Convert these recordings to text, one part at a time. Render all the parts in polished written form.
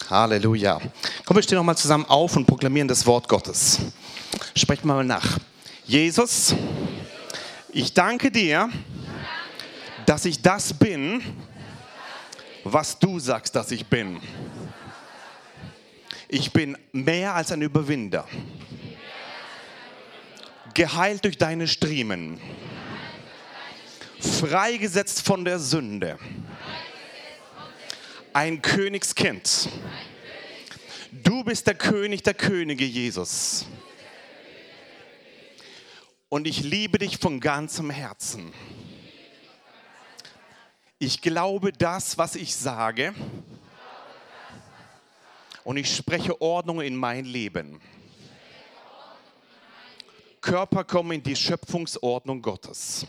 Halleluja. Komm, wir stehen noch mal zusammen auf und proklamieren das Wort Gottes. Sprecht mal nach. Jesus, ich danke dir, dass ich das bin, was du sagst, dass ich bin. Ich bin mehr als ein Überwinder. Geheilt durch deine Striemen. Freigesetzt von der Sünde. Ein Königskind. Du bist der König der Könige, Jesus. Und ich liebe dich von ganzem Herzen. Ich glaube das, was ich sage. Und ich spreche Ordnung in mein Leben. Körper kommen in die Schöpfungsordnung Gottes.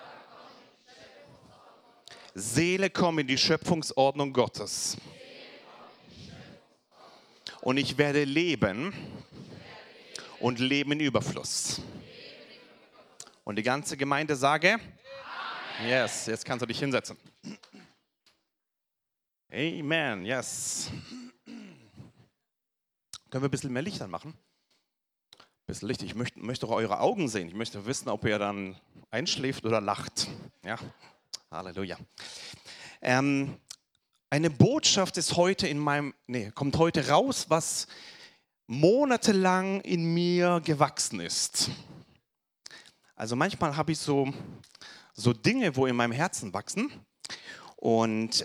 Seele kommen in die Schöpfungsordnung Gottes. Und ich werde leben und leben in Überfluss. Und die ganze Gemeinde sage, Amen. Yes, jetzt kannst du dich hinsetzen. Amen, yes. Können wir ein bisschen mehr Licht anmachen? Ein bisschen Licht. Ich möchte auch eure Augen sehen. Ich möchte wissen, ob ihr dann einschläft oder lacht. Ja, Halleluja. Eine Botschaft ist kommt heute raus, was monatelang in mir gewachsen ist. Also manchmal habe ich so Dinge, wo in meinem Herzen wachsen und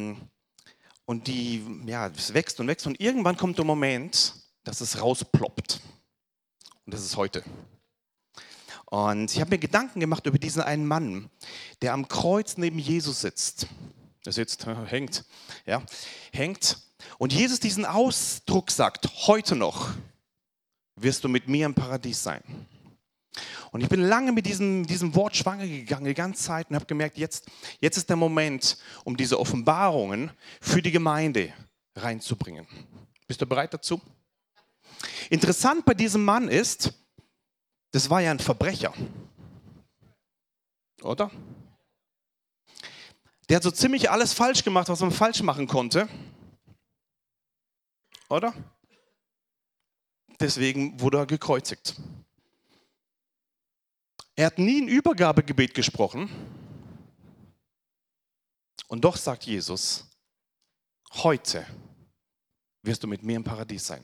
es wächst und wächst und irgendwann kommt der Moment, dass es rausploppt. Und das ist heute. Und ich habe mir Gedanken gemacht über diesen einen Mann, der am Kreuz neben Jesus sitzt. Hängt. Und Jesus diesen Ausdruck sagt, heute noch wirst du mit mir im Paradies sein. Und ich bin lange mit diesem Wort schwanger gegangen, die ganze Zeit, und habe gemerkt, jetzt ist der Moment, um diese Offenbarungen für die Gemeinde reinzubringen. Bist du bereit dazu? Interessant bei diesem Mann ist, das war ja ein Verbrecher. Oder? Der hat so ziemlich alles falsch gemacht, was man falsch machen konnte. Oder? Deswegen wurde er gekreuzigt. Er hat nie ein Übergabegebet gesprochen. Und doch sagt Jesus, heute wirst du mit mir im Paradies sein.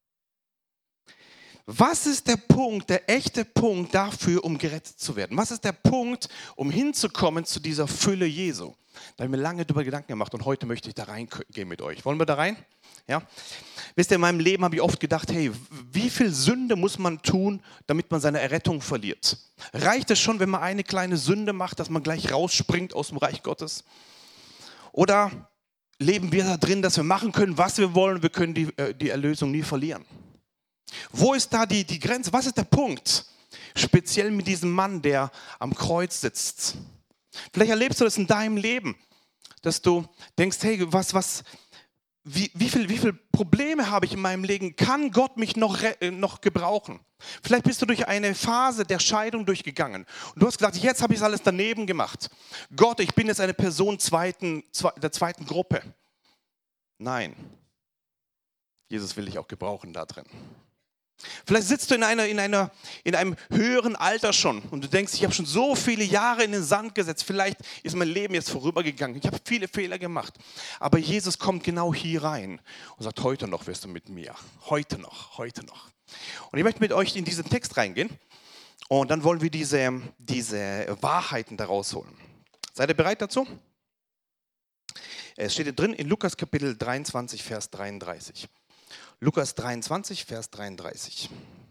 Was ist der Punkt, der echte Punkt dafür, um gerettet zu werden? Was ist der Punkt, um hinzukommen zu dieser Fülle Jesu? Da habe ich mir lange darüber Gedanken gemacht und heute möchte ich da reingehen mit euch. Wollen wir da rein? Ja? Wisst ihr, in meinem Leben habe ich oft gedacht, hey, wie viel Sünde muss man tun, damit man seine Errettung verliert? Reicht es schon, wenn man eine kleine Sünde macht, dass man gleich rausspringt aus dem Reich Gottes? Oder leben wir da drin, dass wir machen können, was wir wollen, wir können die Erlösung nie verlieren? Wo ist da die Grenze? Was ist der Punkt? Speziell mit diesem Mann, der am Kreuz sitzt. Vielleicht erlebst du das in deinem Leben, dass du denkst, hey, wie viele Probleme habe ich in meinem Leben? Kann Gott mich noch gebrauchen? Vielleicht bist du durch eine Phase der Scheidung durchgegangen und du hast gesagt, jetzt habe ich alles daneben gemacht. Gott, ich bin jetzt eine Person der zweiten Gruppe. Nein, Jesus will dich auch gebrauchen da drin. Vielleicht sitzt du in einem höheren Alter schon und du denkst, ich habe schon so viele Jahre in den Sand gesetzt, vielleicht ist mein Leben jetzt vorübergegangen, ich habe viele Fehler gemacht. Aber Jesus kommt genau hier rein und sagt, heute noch wirst du mit mir, heute noch. Und ich möchte mit euch in diesen Text reingehen und dann wollen wir diese Wahrheiten daraus holen. Seid ihr bereit dazu? Es steht hier drin in Lukas Kapitel 23, Vers 33. Lukas 23, Vers 33.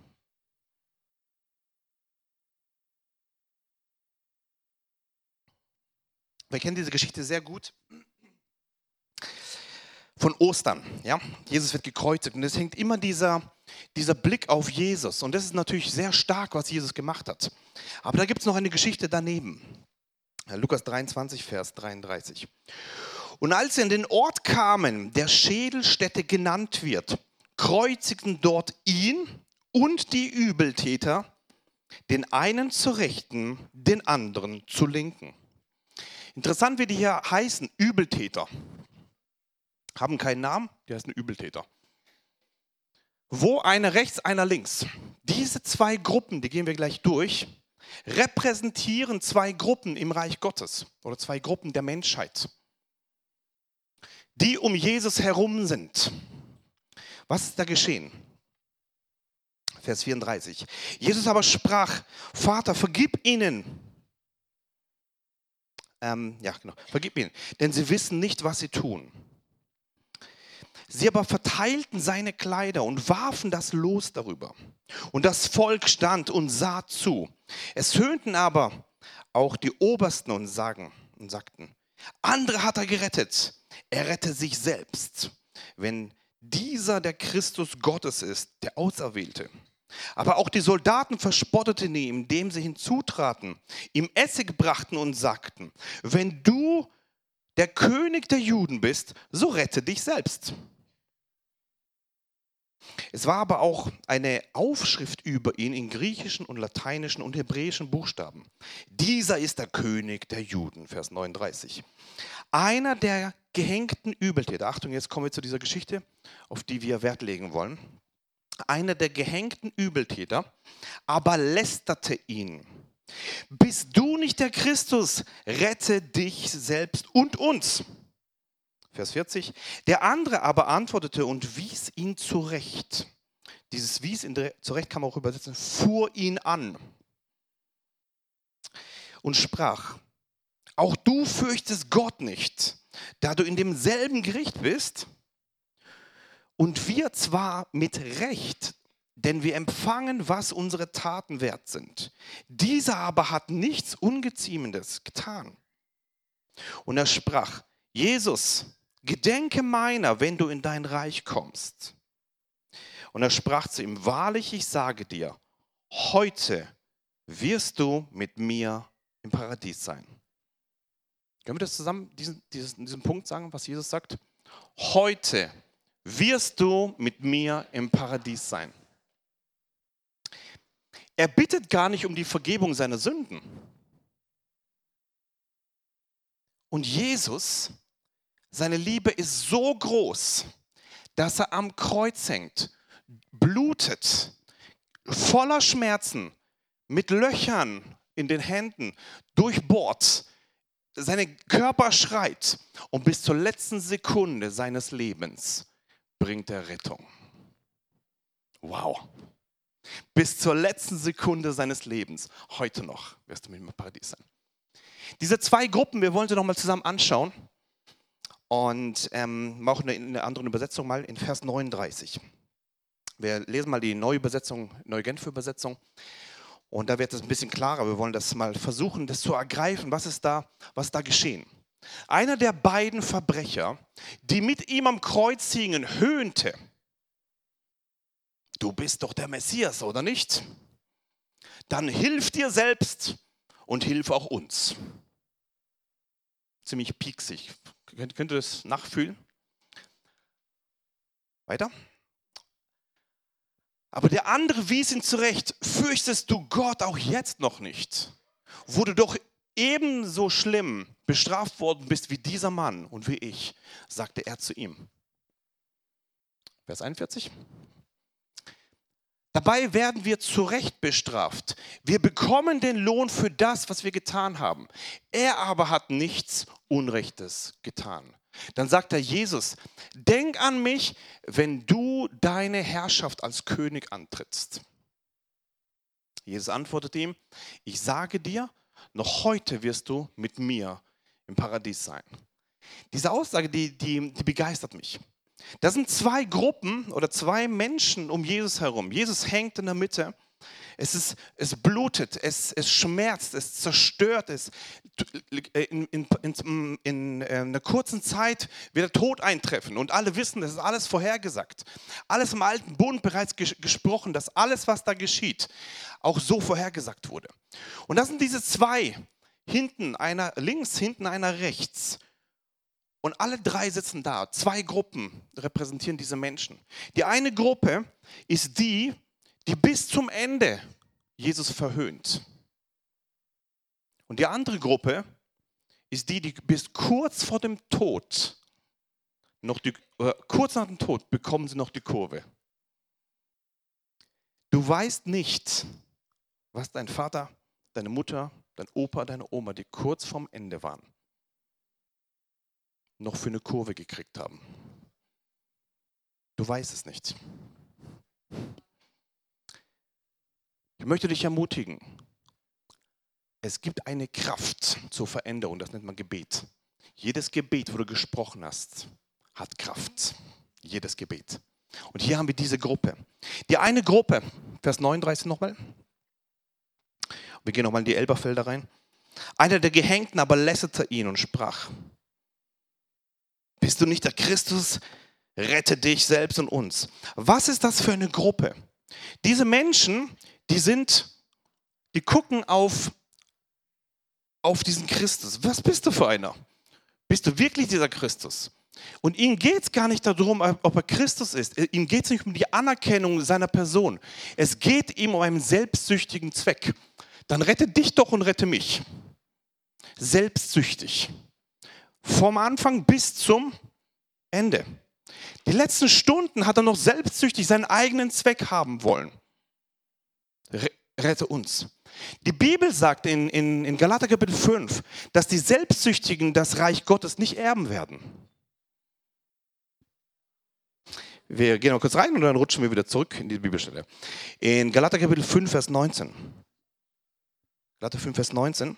Wir kennen diese Geschichte sehr gut von Ostern. Ja? Jesus wird gekreuzigt und es hängt immer dieser Blick auf Jesus. Und das ist natürlich sehr stark, was Jesus gemacht hat. Aber da gibt es noch eine Geschichte daneben. Lukas 23, Vers 33. Und als sie an den Ort kamen, der Schädelstätte genannt wird, kreuzigten dort ihn und die Übeltäter, den einen zur Rechten, den anderen zur Linken. Interessant, wie die hier heißen, Übeltäter. haben keinen Namen, die heißen Übeltäter. Wo einer rechts, einer links. Diese zwei Gruppen, die gehen wir gleich durch, repräsentieren zwei Gruppen im Reich Gottes oder zwei Gruppen der Menschheit, die um Jesus herum sind. Was ist da geschehen? Vers 34. Jesus aber sprach, Vater, vergib ihnen. Vergib ihnen, denn sie wissen nicht, was sie tun. Sie aber verteilten seine Kleider und warfen das Los darüber. Und das Volk stand und sah zu. Es höhnten aber auch die Obersten und sagten, andere hat er gerettet, er rette sich selbst, wenn dieser der Christus Gottes ist, der Auserwählte. Aber auch die Soldaten verspotteten ihn, indem sie hinzutraten, ihm Essig brachten und sagten, wenn du der König der Juden bist, so rette dich selbst. Es war aber auch eine Aufschrift über ihn in griechischen und lateinischen und hebräischen Buchstaben. Dieser ist der König der Juden, Vers 39. Einer der gehängten Übeltäter, Achtung, jetzt kommen wir zu dieser Geschichte, auf die wir Wert legen wollen. Einer der gehängten Übeltäter aber lästerte ihn. Bist du nicht der Christus, rette dich selbst und uns. Vers 40. Der andere aber antwortete und wies ihn zurecht. Dieses wies ihn zurecht kann man auch übersetzen, fuhr ihn an und sprach, auch du fürchtest Gott nicht, da du in demselben Gericht bist. Und wir zwar mit Recht, denn wir empfangen, was unsere Taten wert sind. Dieser aber hat nichts Ungeziemendes getan. Und er sprach, Jesus, gedenke meiner, wenn du in dein Reich kommst. Und er sprach zu ihm, wahrlich, ich sage dir, heute wirst du mit mir im Paradies sein. Können wir das zusammen, diesen Punkt sagen, was Jesus sagt? Heute wirst du mit mir im Paradies sein. Er bittet gar nicht um die Vergebung seiner Sünden. Und Jesus, seine Liebe ist so groß, dass er am Kreuz hängt, blutet, voller Schmerzen, mit Löchern in den Händen, durchbohrt, sein Körper schreit und bis zur letzten Sekunde seines Lebens bringt er Rettung. Wow. Bis zur letzten Sekunde seines Lebens, heute noch, wirst du mit im Paradies sein. Diese zwei Gruppen, wir wollen sie nochmal zusammen anschauen und machen eine andere Übersetzung mal in Vers 39. Wir lesen mal die neue Übersetzung, neue Genfer Übersetzung und da wird es ein bisschen klarer. Wir wollen das mal versuchen, das zu ergreifen, was ist da geschehen. Einer der beiden Verbrecher, die mit ihm am Kreuz hingen, höhnte. Du bist doch der Messias, oder nicht? Dann hilf dir selbst und hilf auch uns. Ziemlich pieksig. Könnt ihr das nachfühlen? Weiter. Aber der andere wies ihn zurecht. Fürchtest du Gott auch jetzt noch nicht? Wo du doch ebenso schlimm bestraft worden bist wie dieser Mann und wie ich, sagte er zu ihm. Vers 41. Dabei werden wir zu Recht bestraft. Wir bekommen den Lohn für das, was wir getan haben. Er aber hat nichts Unrechtes getan. Dann sagt er Jesus, denk an mich, wenn du deine Herrschaft als König antrittst. Jesus antwortet ihm, ich sage dir, noch heute wirst du mit mir im Paradies sein. Diese Aussage, die begeistert mich. Da sind zwei Gruppen oder zwei Menschen um Jesus herum. Jesus hängt in der Mitte. Es blutet, es schmerzt, es zerstört, in einer kurzen Zeit wird der Tod eintreffen. Und alle wissen, das ist alles vorhergesagt. Alles im Alten Bund bereits gesprochen, dass alles, was da geschieht, auch so vorhergesagt wurde. Und das sind diese zwei, hinten einer links, hinten einer rechts. Und alle drei sitzen da. Zwei Gruppen repräsentieren diese Menschen. Die eine Gruppe ist die bis zum Ende Jesus verhöhnt. Und die andere Gruppe ist die bis kurz vor dem Tod kurz nach dem Tod bekommen sie noch die Kurve. Du weißt nicht, was dein Vater, deine Mutter, dein Opa, deine Oma, die kurz vorm Ende waren, noch für eine Kurve gekriegt haben. Du weißt es nicht. Ich möchte dich ermutigen. Es gibt eine Kraft zur Veränderung, das nennt man Gebet. Jedes Gebet, wo du gesprochen hast, hat Kraft. Jedes Gebet. Und hier haben wir diese Gruppe. Die eine Gruppe, Vers 39 nochmal. Wir gehen nochmal in die Elberfelder rein. Einer der Gehängten aber lästerte ihn und sprach: Bist du nicht der Christus? Rette dich selbst und uns. Was ist das für eine Gruppe? Diese Menschen, die gucken auf diesen Christus. Was bist du für einer? Bist du wirklich dieser Christus? Und ihnen geht es gar nicht darum, ob er Christus ist. Ihm geht es nicht um die Anerkennung seiner Person. Es geht ihm um einen selbstsüchtigen Zweck. Dann rette dich doch und rette mich. Selbstsüchtig. Vom Anfang bis zum Ende. Die letzten Stunden hat er noch selbstsüchtig seinen eigenen Zweck haben wollen. Rette uns. Die Bibel sagt in Galater Kapitel 5, dass die Selbstsüchtigen das Reich Gottes nicht erben werden. Wir gehen noch kurz rein und dann rutschen wir wieder zurück in die Bibelstelle. In Galater Kapitel 5, Vers 19. Galater 5, Vers 19.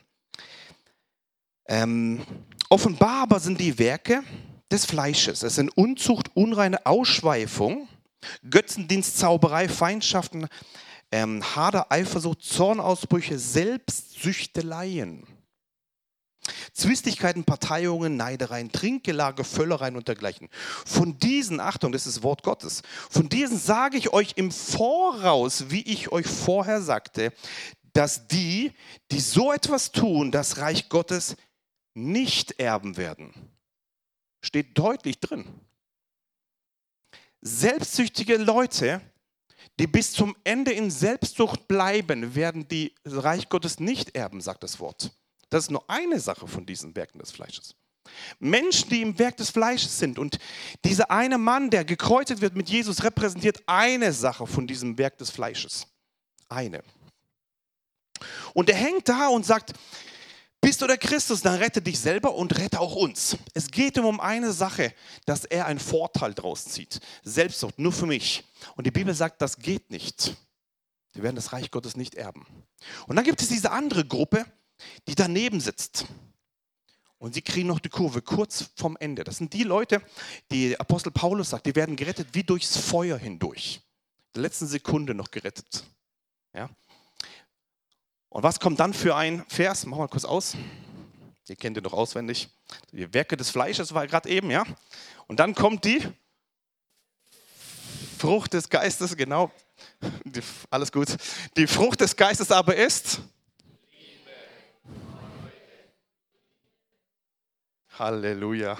Offenbar aber sind die Werke des Fleisches. Es sind Unzucht, unreine Ausschweifung, Götzendienst, Zauberei, Feindschaften, Hader, Eifersucht, Zornausbrüche, Selbstsüchteleien, Zwistigkeiten, Parteiungen, Neidereien, Trinkgelage, Völlereien und dergleichen. Von diesen, Achtung, das ist das Wort Gottes, von diesen sage ich euch im Voraus, wie ich euch vorher sagte, dass die so etwas tun, das Reich Gottes nicht erben werden. Steht deutlich drin. Selbstsüchtige Leute, die bis zum Ende in Selbstsucht bleiben, werden das Reich Gottes nicht erben, sagt das Wort. Das ist nur eine Sache von diesen Werken des Fleisches. Menschen, die im Werk des Fleisches sind, und dieser eine Mann, der gekreuzigt wird mit Jesus, repräsentiert eine Sache von diesem Werk des Fleisches. Eine. Und er hängt da und sagt: Bist du der Christus, dann rette dich selber und rette auch uns. Es geht ihm um eine Sache, dass er einen Vorteil draus zieht. Selbstsucht, nur für mich. Und die Bibel sagt, das geht nicht. Die werden das Reich Gottes nicht erben. Und dann gibt es diese andere Gruppe, die daneben sitzt. Und sie kriegen noch die Kurve kurz vom Ende. Das sind die Leute, die Apostel Paulus sagt, die werden gerettet wie durchs Feuer hindurch. In der letzten Sekunde noch gerettet. Ja? Und was kommt dann für ein Vers? Machen wir kurz aus. Ihr kennt ihn doch auswendig. Die Werke des Fleisches war gerade eben, ja. Und dann kommt die Frucht des Geistes, genau. Alles gut. Die Frucht des Geistes aber ist Liebe. Halleluja.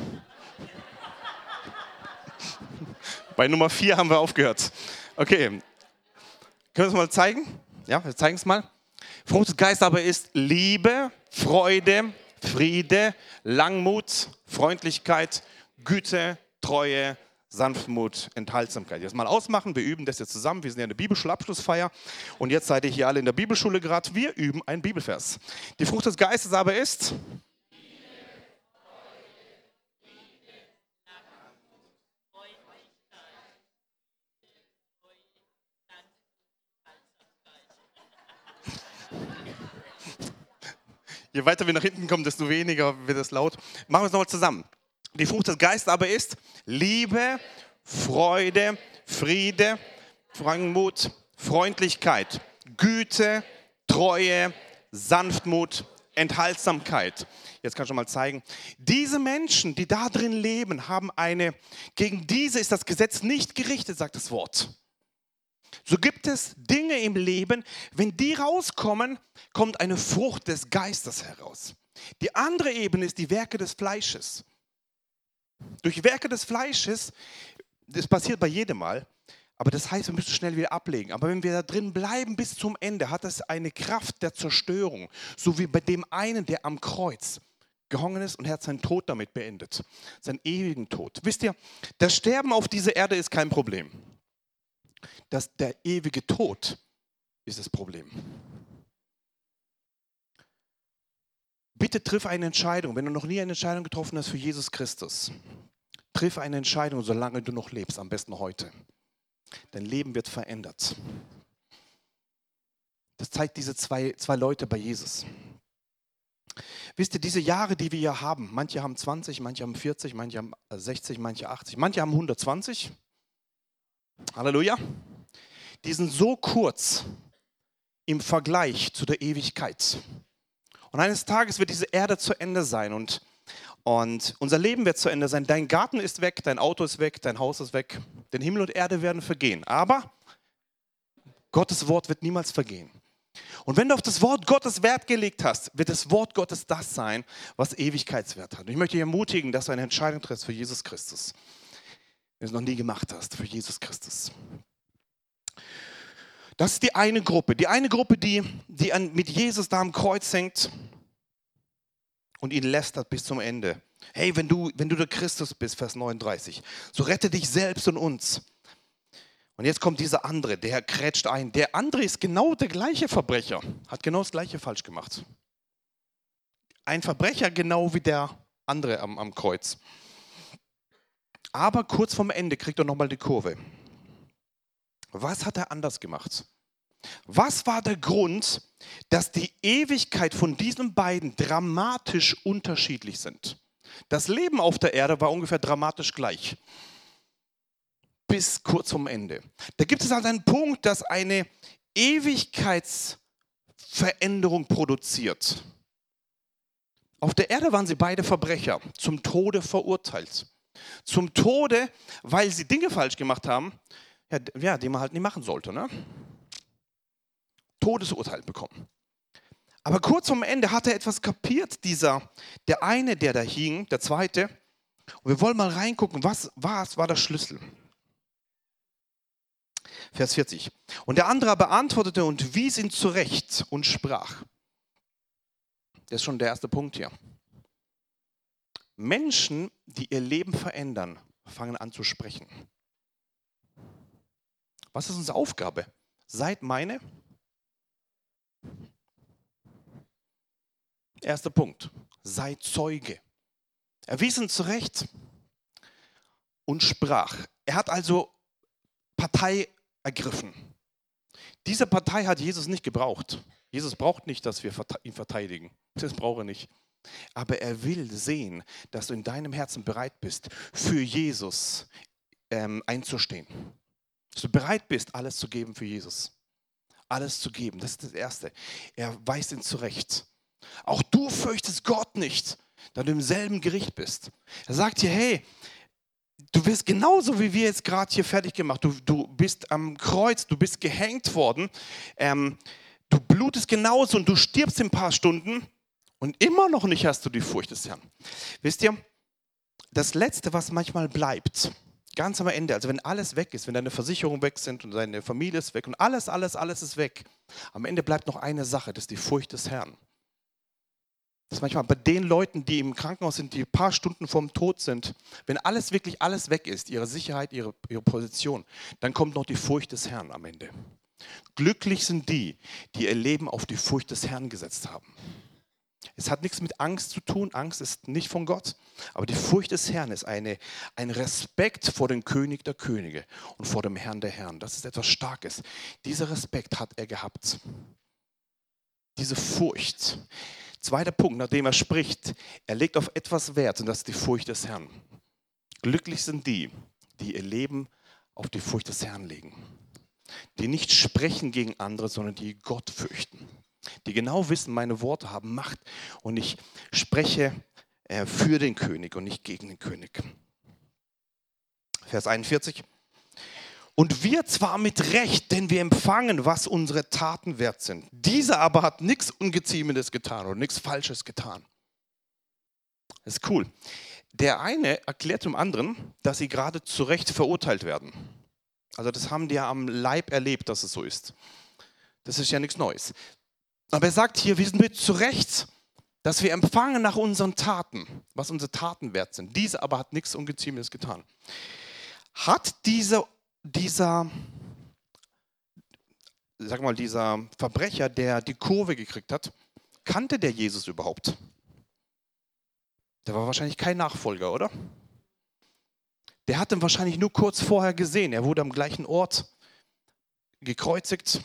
Bei Nummer 4 haben wir aufgehört. Okay. Können wir es mal zeigen? Ja, wir zeigen es mal. Frucht des Geistes aber ist Liebe, Freude, Friede, Langmut, Freundlichkeit, Güte, Treue, Sanftmut, Enthaltsamkeit. Jetzt mal ausmachen, wir üben das jetzt zusammen. Wir sind ja in der Bibelschulabschlussfeier und jetzt seid ihr hier alle in der Bibelschule gerade. Wir üben einen Bibelvers. Die Frucht des Geistes aber ist Je weiter wir nach hinten kommen, desto weniger wird es laut. Machen wir es nochmal zusammen. Die Frucht des Geistes aber ist Liebe, Freude, Friede, Langmut, Freundlichkeit, Güte, Treue, Sanftmut, Enthaltsamkeit. Jetzt kann ich schon mal zeigen. Diese Menschen, die da drin leben, haben gegen diese ist das Gesetz nicht gerichtet, sagt das Wort. So gibt es Dinge im Leben, wenn die rauskommen, kommt eine Frucht des Geistes heraus. Die andere Ebene ist die Werke des Fleisches. Durch Werke des Fleisches, das passiert bei jedem Mal, aber das heißt, wir müssen schnell wieder ablegen. Aber wenn wir da drin bleiben bis zum Ende, hat das eine Kraft der Zerstörung. So wie bei dem einen, der am Kreuz gehangen ist und er hat seinen Tod damit beendet. Seinen ewigen Tod. Wisst ihr, das Sterben auf dieser Erde ist kein Problem. Der ewige Tod ist das Problem. Bitte triff eine Entscheidung, wenn du noch nie eine Entscheidung getroffen hast für Jesus Christus. Triff eine Entscheidung, solange du noch lebst, am besten heute. Dein Leben wird verändert. Das zeigt diese zwei Leute bei Jesus. Wisst ihr, diese Jahre, die wir hier haben, manche haben 20, manche haben 40, manche haben 60, manche 80, manche haben 120. Halleluja. Die sind so kurz im Vergleich zu der Ewigkeit. Und eines Tages wird diese Erde zu Ende sein und unser Leben wird zu Ende sein. Dein Garten ist weg, dein Auto ist weg, dein Haus ist weg. Denn Himmel und Erde werden vergehen. Aber Gottes Wort wird niemals vergehen. Und wenn du auf das Wort Gottes Wert gelegt hast, wird das Wort Gottes das sein, was Ewigkeitswert hat. Und ich möchte dich ermutigen, dass du eine Entscheidung triffst für Jesus Christus. Wenn du es noch nie gemacht hast, für Jesus Christus. Das ist die eine Gruppe. Die eine Gruppe, die mit Jesus da am Kreuz hängt und ihn lästert bis zum Ende. Hey, wenn du der Christus bist, Vers 39, so rette dich selbst und uns. Und jetzt kommt dieser andere, der krätscht ein. Der andere ist genau der gleiche Verbrecher, hat genau das gleiche falsch gemacht. Ein Verbrecher genau wie der andere am Kreuz. Aber kurz vorm Ende kriegt er nochmal die Kurve. Was hat er anders gemacht? Was war der Grund, dass die Ewigkeit von diesen beiden dramatisch unterschiedlich sind? Das Leben auf der Erde war ungefähr dramatisch gleich. Bis kurz vorm Ende. Da gibt es also einen Punkt, das eine Ewigkeitsveränderung produziert. Auf der Erde waren sie beide Verbrecher, zum Tode verurteilt. Zum Tode, weil sie Dinge falsch gemacht haben, ja, die man halt nicht machen sollte. Ne? Todesurteil bekommen. Aber kurz vorm Ende hat er etwas kapiert, der eine, der da hing, der zweite. Und wir wollen mal reingucken, was war der Schlüssel? Vers 40. Und der andere beantwortete und wies ihn zurecht und sprach. Das ist schon der erste Punkt hier. Menschen, die ihr Leben verändern, fangen an zu sprechen. Was ist unsere Aufgabe? Seid meine. Erster Punkt. Sei Zeuge. Er wies ihn zurecht und sprach. Er hat also Partei ergriffen. Diese Partei hat Jesus nicht gebraucht. Jesus braucht nicht, dass wir ihn verteidigen. Das braucht er nicht. Aber er will sehen, dass du in deinem Herzen bereit bist, für Jesus einzustehen. Dass du bereit bist, alles zu geben für Jesus. Alles zu geben, das ist das Erste. Er weist ihn zurecht. Auch du fürchtest Gott nicht, da du im selben Gericht bist. Er sagt dir, hey, du wirst genauso wie wir jetzt gerade hier fertig gemacht. Du bist am Kreuz, du bist gehängt worden. Du blutest genauso und du stirbst in ein paar Stunden und immer noch nicht hast du die Furcht des Herrn. Wisst ihr, das Letzte, was manchmal bleibt, ganz am Ende, also wenn alles weg ist, wenn deine Versicherungen weg sind und deine Familie ist weg und alles ist weg, am Ende bleibt noch eine Sache, das ist die Furcht des Herrn. Das ist manchmal bei den Leuten, die im Krankenhaus sind, die ein paar Stunden vorm Tod sind, wenn wirklich alles weg ist, ihre Sicherheit, ihre Position, dann kommt noch die Furcht des Herrn am Ende. Glücklich sind die, die ihr Leben auf die Furcht des Herrn gesetzt haben. Es hat nichts mit Angst zu tun, Angst ist nicht von Gott, aber die Furcht des Herrn ist ein Respekt vor dem König der Könige und vor dem Herrn der Herren. Das ist etwas Starkes. Dieser Respekt hat er gehabt. Diese Furcht. Zweiter Punkt, nachdem er spricht, er legt auf etwas Wert und das ist die Furcht des Herrn. Glücklich sind die, die ihr Leben auf die Furcht des Herrn legen. Die nicht sprechen gegen andere, sondern die Gott fürchten. Die genau wissen, meine Worte haben Macht und ich spreche für den König und nicht gegen den König. Vers 41. Und wir zwar mit Recht, denn wir empfangen, was unsere Taten wert sind. Dieser aber hat nichts Ungeziemendes getan oder nichts Falsches getan. Das ist cool. Der eine erklärt dem anderen, dass sie gerade zu Recht verurteilt werden. Also das haben die ja am Leib erlebt, dass es so ist. Das ist ja nichts Neues. Aber er sagt hier, wir sind mit zu Recht dass wir empfangen nach unseren Taten, was unsere Taten wert sind. Dieser aber hat nichts Ungeziemes getan. Hat dieser Verbrecher, der die Kurve gekriegt hat, kannte der Jesus überhaupt? Der war wahrscheinlich kein Nachfolger, oder? Der hat ihn wahrscheinlich nur kurz vorher gesehen. Er wurde am gleichen Ort gekreuzigt.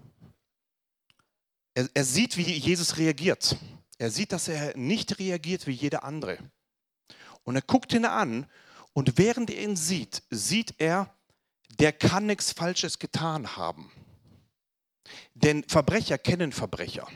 Er sieht, wie Jesus reagiert. Er sieht, dass er nicht reagiert wie jeder andere. Und er guckt ihn an und während er ihn sieht, sieht er, der kann nichts Falsches getan haben. Denn Verbrecher kennen Verbrecher.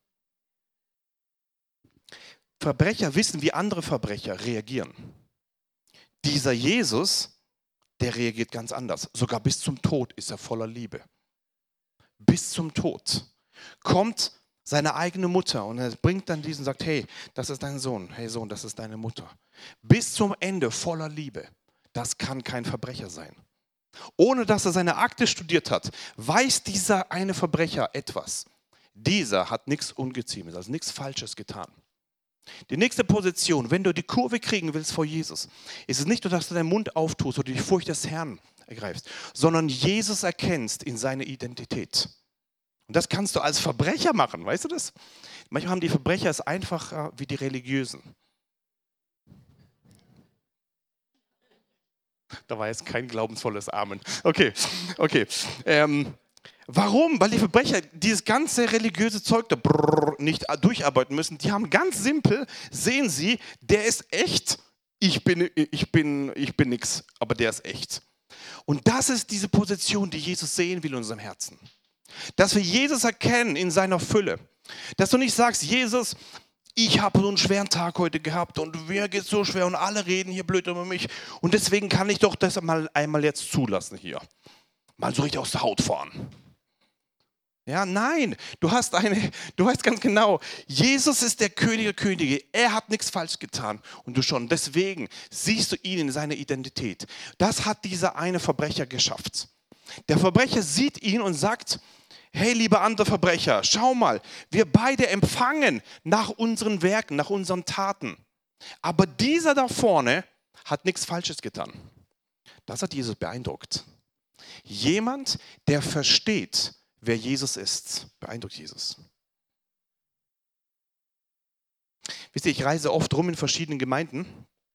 Verbrecher wissen, wie andere Verbrecher reagieren. Dieser Jesus, der reagiert ganz anders. Sogar bis zum Tod ist er voller Liebe. Bis zum Tod kommt seine eigene Mutter und er bringt dann diesen und sagt, hey, das ist dein Sohn. Hey Sohn, das ist deine Mutter. Bis zum Ende voller Liebe. Das kann kein Verbrecher sein. Ohne dass er seine Akte studiert hat, weiß dieser eine Verbrecher etwas. Dieser hat nichts Ungeziemes, also nichts Falsches getan. Die nächste Position, wenn du die Kurve kriegen willst vor Jesus, ist es nicht nur, dass du deinen Mund auftust oder die Furcht des Herrn ergreifst, sondern Jesus erkennst in seiner Identität. Und das kannst du als Verbrecher machen, weißt du das? Manchmal haben die Verbrecher es einfacher wie die Religiösen. Da war jetzt kein glaubensvolles Amen. Okay. Warum? Weil die Verbrecher dieses ganze religiöse Zeug da nicht durcharbeiten müssen. Die haben ganz simpel, sehen sie, der ist echt, ich bin nix, aber der ist echt. Und das ist diese Position, die Jesus sehen will in unserem Herzen. Dass wir Jesus erkennen in seiner Fülle. Dass du nicht sagst, Jesus, ich habe so einen schweren Tag heute gehabt und mir geht es so schwer und alle reden hier blöd über mich und deswegen kann ich doch das einmal jetzt zulassen hier. Mal so richtig aus der Haut fahren. Ja, nein, du weißt ganz genau, Jesus ist der König der Könige, er hat nichts falsch getan und du schon. Deswegen siehst du ihn in seiner Identität. Das hat dieser eine Verbrecher geschafft. Der Verbrecher sieht ihn und sagt, hey, lieber andere Verbrecher, schau mal, wir beide empfangen nach unseren Werken, nach unseren Taten. Aber dieser da vorne hat nichts Falsches getan. Das hat Jesus beeindruckt. Jemand, der versteht, wer Jesus ist, beeindruckt Jesus. Wisst ihr, ich reise oft rum in verschiedenen Gemeinden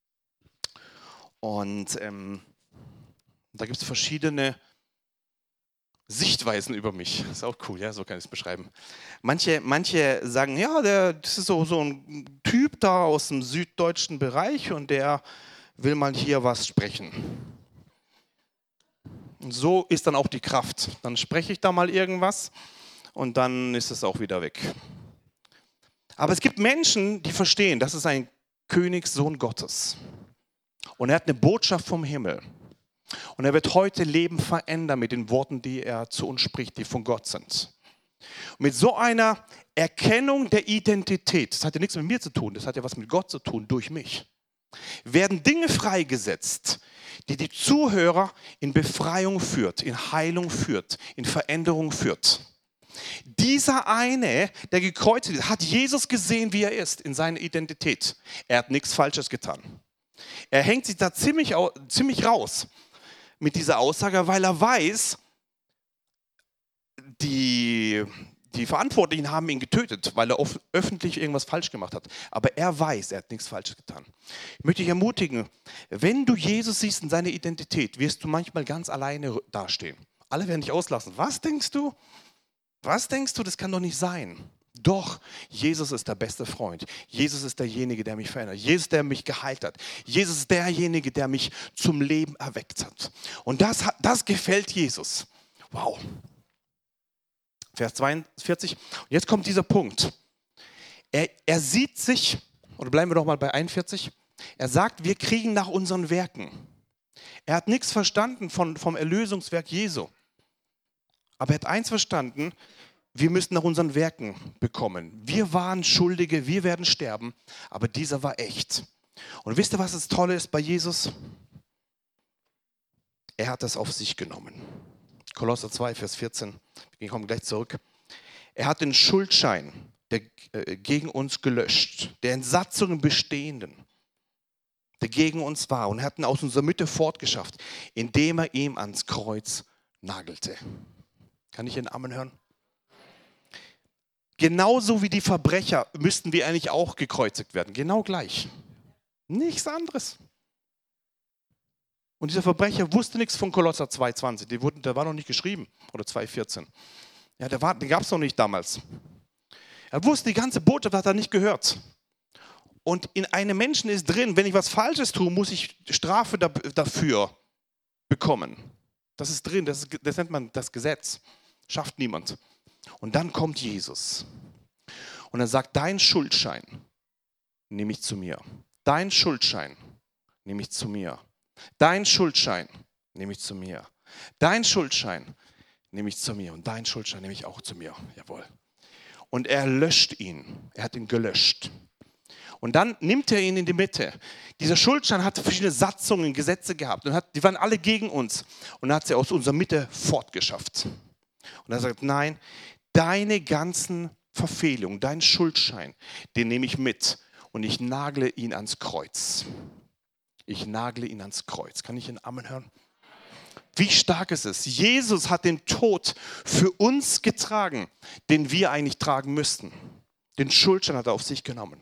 und da gibt es verschiedene Sichtweisen über mich. Das ist auch cool, ja, so kann ich es beschreiben. Manche sagen, ja, das ist so ein Typ da aus dem süddeutschen Bereich und der will mal hier was sprechen. Und so ist dann auch die Kraft. Dann spreche ich da mal irgendwas und dann ist es auch wieder weg. Aber es gibt Menschen, die verstehen, das ist ein Königssohn Gottes. Und er hat eine Botschaft vom Himmel. Und er wird heute Leben verändern mit den Worten, die er zu uns spricht, die von Gott sind. Und mit so einer Erkennung der Identität, das hat ja nichts mit mir zu tun, das hat ja was mit Gott zu tun, durch mich, werden Dinge freigesetzt, die die Zuhörer in Befreiung führt, in Heilung führt, in Veränderung führt. Dieser eine, der gekreuzigt ist, hat Jesus gesehen, wie er ist, in seiner Identität. Er hat nichts Falsches getan. Er hängt sich da ziemlich raus mit dieser Aussage, weil er weiß, die Verantwortlichen haben ihn getötet, weil er öffentlich irgendwas falsch gemacht hat. Aber er weiß, er hat nichts Falsches getan. Ich möchte dich ermutigen, wenn du Jesus siehst in seiner Identität, wirst du manchmal ganz alleine dastehen. Alle werden dich auslassen. Was denkst du? Was denkst du? Das kann doch nicht sein. Doch, Jesus ist der beste Freund. Jesus ist derjenige, der mich verändert. Jesus, der mich geheilt hat. Jesus ist derjenige, der mich zum Leben erweckt hat. Und das gefällt Jesus. Wow. Vers 42. Und jetzt kommt dieser Punkt. Er sieht sich, oder bleiben wir doch mal bei 41. Er sagt, wir kriegen nach unseren Werken. Er hat nichts verstanden vom Erlösungswerk Jesu. Aber er hat eins verstanden, wir müssen nach unseren Werken bekommen. Wir waren Schuldige, wir werden sterben, aber dieser war echt. Und wisst ihr, was das Tolle ist bei Jesus? Er hat das auf sich genommen. Kolosser 2, Vers 14, wir kommen gleich zurück. Er hat den Schuldschein der gegen uns gelöscht, der in Satzungen bestehenden, der gegen uns war und hat ihn aus unserer Mitte fortgeschafft, indem er ihm ans Kreuz nagelte. Kann ich einen Amen hören? Genauso wie die Verbrecher müssten wir eigentlich auch gekreuzigt werden. Genau gleich. Nichts anderes. Und dieser Verbrecher wusste nichts von Kolosser 2,20. Der war noch nicht geschrieben. Oder 2,14. Ja, den gab es noch nicht damals. Er wusste, die ganze Botschaft hat er nicht gehört. Und in einem Menschen ist drin, wenn ich was Falsches tue, muss ich Strafe dafür bekommen. Das ist drin, das nennt man das Gesetz. Schafft niemand. Und dann kommt Jesus. Und er sagt, dein Schuldschein nehme ich zu mir. Dein Schuldschein nehme ich zu mir. Dein Schuldschein nehme ich zu mir. Dein Schuldschein nehme ich zu mir. Und dein Schuldschein nehme ich auch zu mir. Jawohl. Und er löscht ihn. Er hat ihn gelöscht. Und dann nimmt er ihn in die Mitte. Dieser Schuldschein hatte verschiedene Satzungen, Gesetze gehabt. Und die waren alle gegen uns. Und er hat sie aus unserer Mitte fortgeschafft. Und er sagt, nein, deine ganzen Verfehlungen, dein Schuldschein, den nehme ich mit. Und ich nagle ihn ans Kreuz. Ich nagle ihn ans Kreuz. Kann ich einen Amen hören? Wie stark ist es? Jesus hat den Tod für uns getragen, den wir eigentlich tragen müssten. Den Schuldschein hat er auf sich genommen.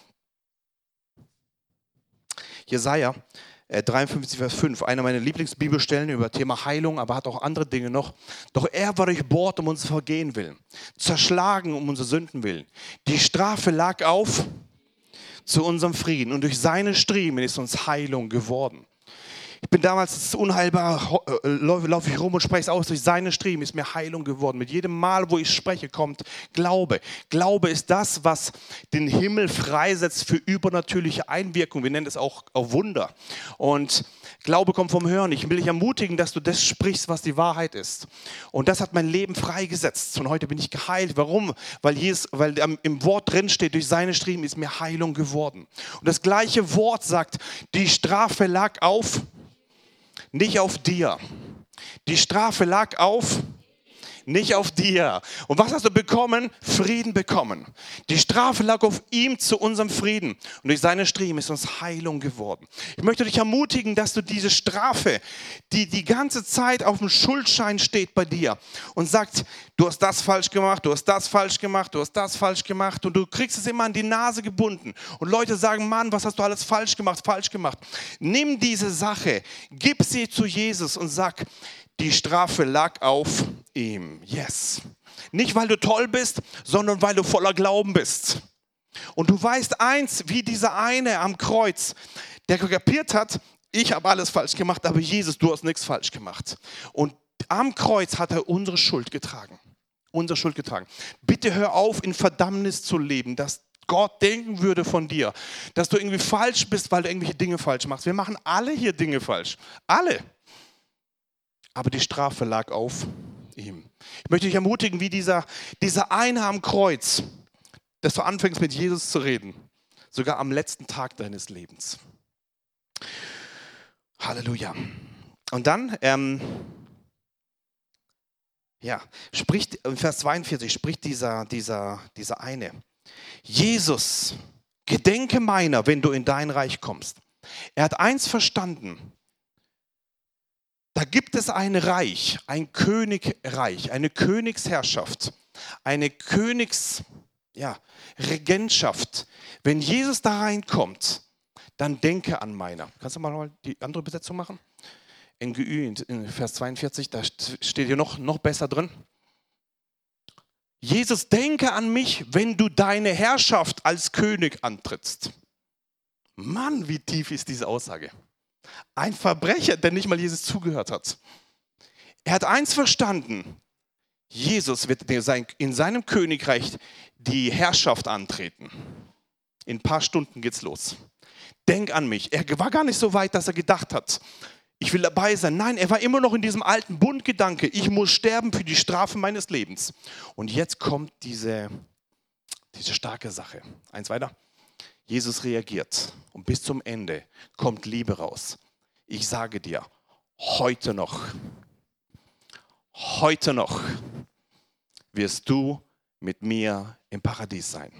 Jesaja 53, Vers 5, einer meiner Lieblingsbibelstellen über Thema Heilung, aber hat auch andere Dinge noch. Doch er war durchbohrt um unser Vergehen willen, zerschlagen um unsere Sünden willen. Die Strafe lag auf zu unserem Frieden und durch seine Striemen ist uns Heilung geworden. Ich bin damals unheilbar, laufe ich rum und spreche es aus, durch seine Striemen ist mir Heilung geworden. Mit jedem Mal, wo ich spreche, kommt Glaube. Glaube ist das, was den Himmel freisetzt für übernatürliche Einwirkungen. Wir nennen es auch Wunder. Und Glaube kommt vom Hören. Ich will dich ermutigen, dass du das sprichst, was die Wahrheit ist. Und das hat mein Leben freigesetzt. Und heute bin ich geheilt. Warum? Weil im Wort drin steht, durch seine Striemen ist mir Heilung geworden. Und das gleiche Wort sagt, die Strafe lag auf, nicht auf dir. Die Strafe lag auf, nicht auf dir. Und was hast du bekommen? Frieden bekommen. Die Strafe lag auf ihm zu unserem Frieden. Und durch seine Striemen ist uns Heilung geworden. Ich möchte dich ermutigen, dass du diese Strafe, die ganze Zeit auf dem Schuldschein steht bei dir und sagt, du hast das falsch gemacht, du hast das falsch gemacht, du hast das falsch gemacht und du kriegst es immer an die Nase gebunden. Und Leute sagen, Mann, was hast du alles falsch gemacht, falsch gemacht. Nimm diese Sache, gib sie zu Jesus und sag, die Strafe lag auf ihm. Yes. Nicht, weil du toll bist, sondern weil du voller Glauben bist. Und du weißt eins, wie dieser eine am Kreuz, der kapiert hat, ich habe alles falsch gemacht, aber Jesus, du hast nichts falsch gemacht. Und am Kreuz hat er unsere Schuld getragen. Unsere Schuld getragen. Bitte hör auf, in Verdammnis zu leben, dass Gott denken würde von dir, dass du irgendwie falsch bist, weil du irgendwelche Dinge falsch machst. Wir machen alle hier Dinge falsch. Alle. Aber die Strafe lag auf ihm. Ich möchte dich ermutigen, wie dieser eine am Kreuz, dass du anfängst mit Jesus zu reden, sogar am letzten Tag deines Lebens. Halleluja. Und dann, spricht, in Vers 42 spricht dieser eine, Jesus, gedenke meiner, wenn du in dein Reich kommst. Er hat eins verstanden. Da gibt es ein Reich, ein Königreich, eine Königsherrschaft, eine Regentschaft. Wenn Jesus da reinkommt, dann denke an meiner. Kannst du mal die andere Besetzung machen? NGÜ in Vers 42, da steht hier noch besser drin. Jesus, denke an mich, wenn du deine Herrschaft als König antrittst. Mann, wie tief ist diese Aussage. Ein Verbrecher, der nicht mal Jesus zugehört hat. Er hat eins verstanden. Jesus wird in seinem Königreich die Herrschaft antreten. In ein paar Stunden geht's los. Denk an mich. Er war gar nicht so weit, dass er gedacht hat, ich will dabei sein. Nein, er war immer noch in diesem alten Bundgedanke. Ich muss sterben für die Strafe meines Lebens. Und jetzt kommt diese starke Sache. Eins weiter. Jesus reagiert und bis zum Ende kommt Liebe raus. Ich sage dir, heute noch wirst du mit mir im Paradies sein.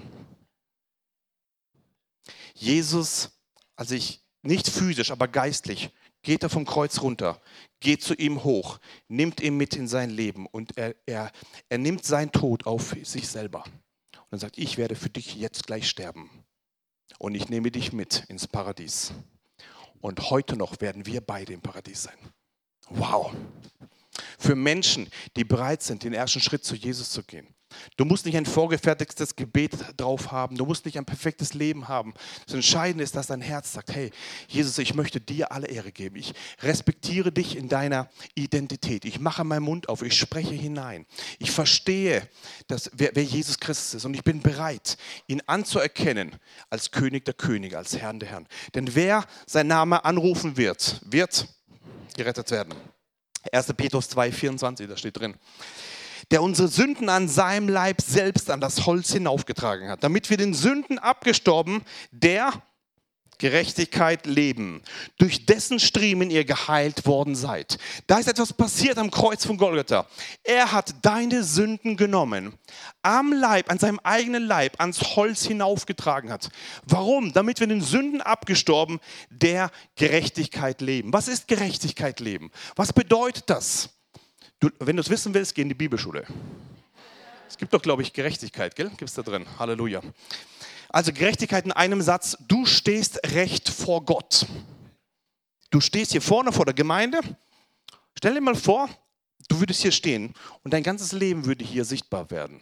Jesus, also nicht physisch, aber geistlich, geht er vom Kreuz runter, geht zu ihm hoch, nimmt ihn mit in sein Leben und er nimmt seinen Tod auf sich selber. Und er sagt, ich werde für dich jetzt gleich sterben und ich nehme dich mit ins Paradies. Und heute noch werden wir beide im Paradies sein. Wow! Für Menschen, die bereit sind, den ersten Schritt zu Jesus zu gehen. Du musst nicht ein vorgefertigtes Gebet drauf haben. Du musst nicht ein perfektes Leben haben. Das Entscheidende ist, dass dein Herz sagt, hey, Jesus, ich möchte dir alle Ehre geben. Ich respektiere dich in deiner Identität. Ich mache meinen Mund auf. Ich spreche hinein. Ich verstehe, wer Jesus Christus ist. Und ich bin bereit, ihn anzuerkennen als König der Könige, als Herrn der Herren. Denn wer sein Name anrufen wird, wird gerettet werden. 1. Petrus 2,24, da steht drin. Der unsere Sünden an seinem Leib selbst an das Holz hinaufgetragen hat, damit wir den Sünden abgestorben, der Gerechtigkeit leben, durch dessen Striemen ihr geheilt worden seid. Da ist etwas passiert am Kreuz von Golgatha. Er hat deine Sünden genommen, am Leib, an seinem eigenen Leib, ans Holz hinaufgetragen hat. Warum? Damit wir den Sünden abgestorben, der Gerechtigkeit leben. Was ist Gerechtigkeit leben? Was bedeutet das? Wenn du es wissen willst, geh in die Bibelschule. Es gibt doch, glaube ich, Gerechtigkeit, gell? Gibt es da drin? Halleluja. Also Gerechtigkeit in einem Satz, du stehst recht vor Gott. Du stehst hier vorne vor der Gemeinde. Stell dir mal vor, du würdest hier stehen und dein ganzes Leben würde hier sichtbar werden.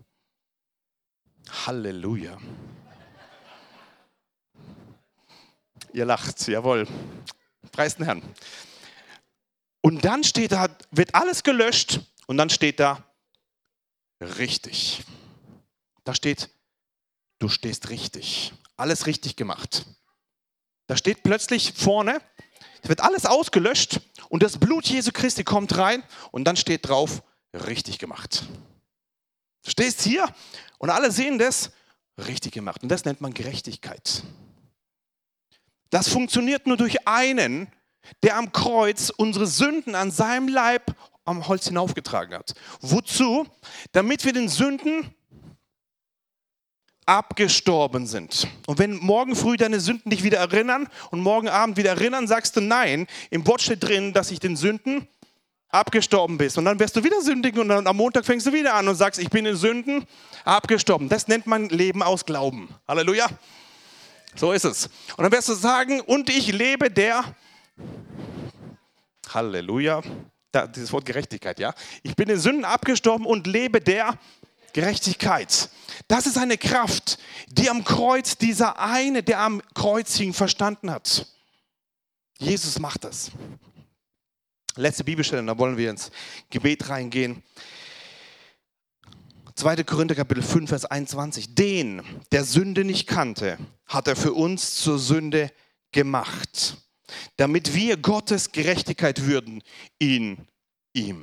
Halleluja. Ihr lacht, jawohl. Preis den Herrn. Und dann steht da, wird alles gelöscht und dann steht da, richtig. Da steht, du stehst richtig. Alles richtig gemacht. Da steht plötzlich vorne, es wird alles ausgelöscht und das Blut Jesu Christi kommt rein und dann steht drauf, richtig gemacht. Du stehst hier und alle sehen das, richtig gemacht. Und das nennt man Gerechtigkeit. Das funktioniert nur durch einen, der am Kreuz unsere Sünden an seinem Leib am Holz hinaufgetragen hat. Wozu? Damit wir den Sünden abgestorben sind. Und wenn morgen früh deine Sünden dich wieder erinnern und morgen Abend wieder erinnern, sagst du nein, im Wort steht drin, dass ich den Sünden abgestorben bist. Und dann wirst du wieder sündigen und dann am Montag fängst du wieder an und sagst, ich bin in Sünden abgestorben. Das nennt man Leben aus Glauben. Halleluja. So ist es. Und dann wirst du sagen, und ich lebe der Halleluja. Dieses Wort Gerechtigkeit, ja. Ich bin in Sünden abgestorben und lebe der Gerechtigkeit. Das ist eine Kraft, die am Kreuz dieser eine, der am Kreuz hing, verstanden hat. Jesus macht das. Letzte Bibelstelle, da wollen wir ins Gebet reingehen. 2. Korinther Kapitel 5, Vers 21. Den, der Sünde nicht kannte, hat er für uns zur Sünde gemacht, damit wir Gottes Gerechtigkeit würden in ihm.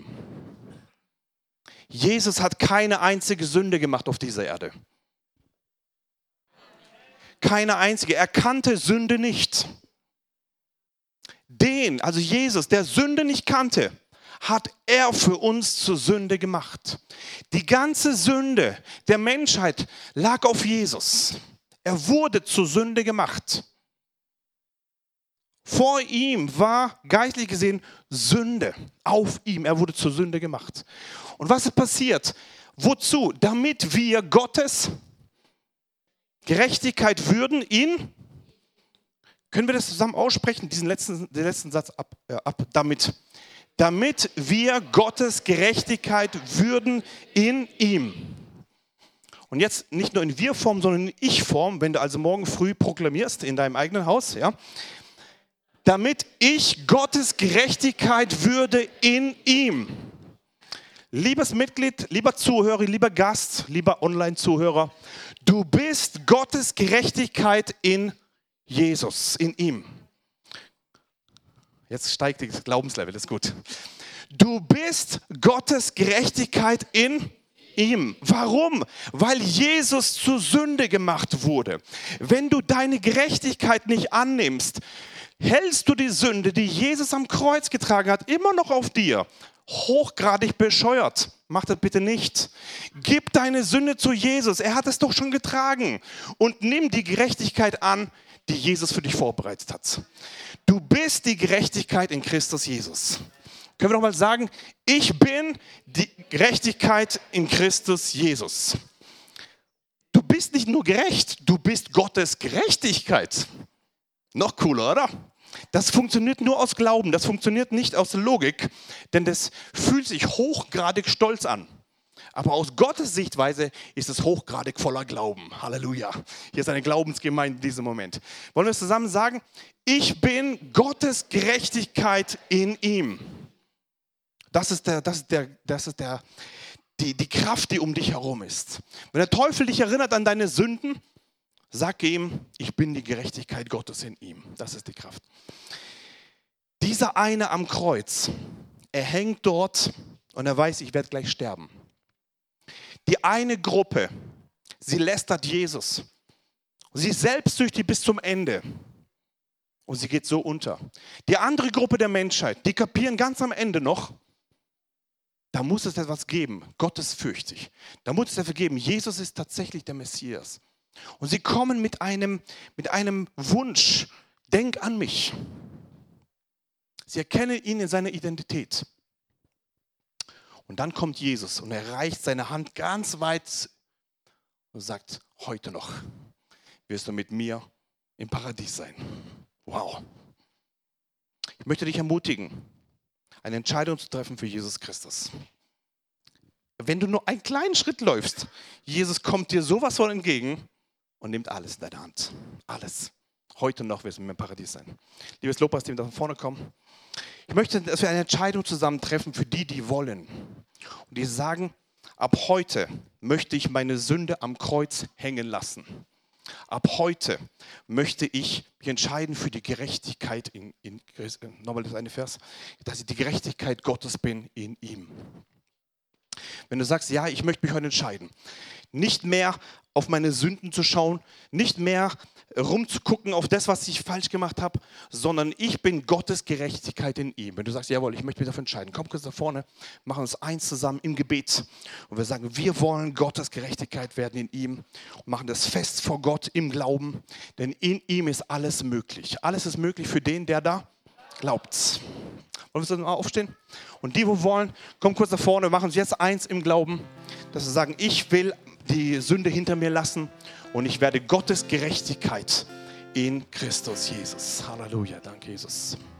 Jesus hat keine einzige Sünde gemacht auf dieser Erde. Keine einzige. Er kannte Sünde nicht. Den, also Jesus, der Sünde nicht kannte, hat er für uns zur Sünde gemacht. Die ganze Sünde der Menschheit lag auf Jesus. Er wurde zur Sünde gemacht. Vor ihm war geistlich gesehen Sünde auf ihm. Er wurde zur Sünde gemacht. Und was ist passiert? Wozu? Damit wir Gottes Gerechtigkeit würden in, können wir das zusammen aussprechen, den letzten Satz damit wir Gottes Gerechtigkeit würden in ihm. Und jetzt nicht nur in Wir-Form, sondern in Ich-Form, wenn du also morgen früh proklamierst in deinem eigenen Haus, ja, damit ich Gottes Gerechtigkeit würde in ihm. Liebes Mitglied, lieber Zuhörer, lieber Gast, lieber Online-Zuhörer, du bist Gottes Gerechtigkeit in Jesus, in ihm. Jetzt steigt das Glaubenslevel, das ist gut. Du bist Gottes Gerechtigkeit in ihm. Warum? Weil Jesus zur Sünde gemacht wurde. Wenn du deine Gerechtigkeit nicht annimmst, hältst du die Sünde, die Jesus am Kreuz getragen hat, immer noch auf dir. Hochgradig bescheuert. mach das bitte nicht. Gib deine Sünde zu Jesus. Er hat es doch schon getragen. Und nimm die Gerechtigkeit an, die Jesus für dich vorbereitet hat. Du bist die Gerechtigkeit in Christus Jesus. Können wir doch mal sagen, ich bin die Gerechtigkeit in Christus Jesus. Du bist nicht nur gerecht, du bist Gottes Gerechtigkeit. Noch cooler, oder? Das funktioniert nur aus Glauben, das funktioniert nicht aus Logik, denn das fühlt sich hochgradig stolz an. Aber aus Gottes Sichtweise ist es hochgradig voller Glauben. Halleluja. Hier ist eine Glaubensgemeinde in diesem Moment. Wollen wir es zusammen sagen? Ich bin Gottes Gerechtigkeit in ihm. Das ist die Kraft, die um dich herum ist. Wenn der Teufel dich erinnert an deine Sünden, sag ihm, ich bin die Gerechtigkeit Gottes in ihm. Das ist die Kraft. Dieser eine am Kreuz, er hängt dort und er weiß, ich werde gleich sterben. Die eine Gruppe, sie lästert Jesus. Sie ist selbstsüchtig bis zum Ende. Und sie geht so unter. Die andere Gruppe der Menschheit, die kapieren ganz am Ende noch, da muss es etwas geben. Gott ist fürchtig. Da muss es etwas geben. Jesus ist tatsächlich der Messias. Und sie kommen mit einem Wunsch. Denk an mich. Sie erkennen ihn in seiner Identität. Und dann kommt Jesus und er reicht seine Hand ganz weit und sagt, heute noch wirst du mit mir im Paradies sein. Wow. Ich möchte dich ermutigen, eine Entscheidung zu treffen für Jesus Christus. Wenn du nur einen kleinen Schritt läufst, Jesus kommt dir sowas von entgegen und nimmt alles in deine Hand. Alles. Heute noch wirst du mit mir im Paradies sein. Liebes Lobpreisteam, darf von vorne kommen. Ich möchte, dass wir eine Entscheidung zusammen treffen für die, die wollen. Und die sagen, ab heute möchte ich meine Sünde am Kreuz hängen lassen. Ab heute möchte ich mich entscheiden für die Gerechtigkeit nochmal das eine Vers, dass ich die Gerechtigkeit Gottes bin in ihm. Wenn du sagst, ja, ich möchte mich heute entscheiden, nicht mehr auf meine Sünden zu schauen, nicht mehr rumzugucken auf das, was ich falsch gemacht habe, sondern ich bin Gottes Gerechtigkeit in ihm. Wenn du sagst, jawohl, ich möchte mich dafür entscheiden, komm kurz da vorne, machen uns eins zusammen im Gebet und wir sagen, wir wollen Gottes Gerechtigkeit werden in ihm und machen das fest vor Gott im Glauben, denn in ihm ist alles möglich. Alles ist möglich für den, der da glaubt. Wollen wir mal aufstehen? Und die, wo wollen, kommen kurz da vorne, wir machen uns jetzt eins im Glauben, dass wir sagen, ich will die Sünde hinter mir lassen und ich werde Gottes Gerechtigkeit in Christus Jesus. Halleluja, danke Jesus.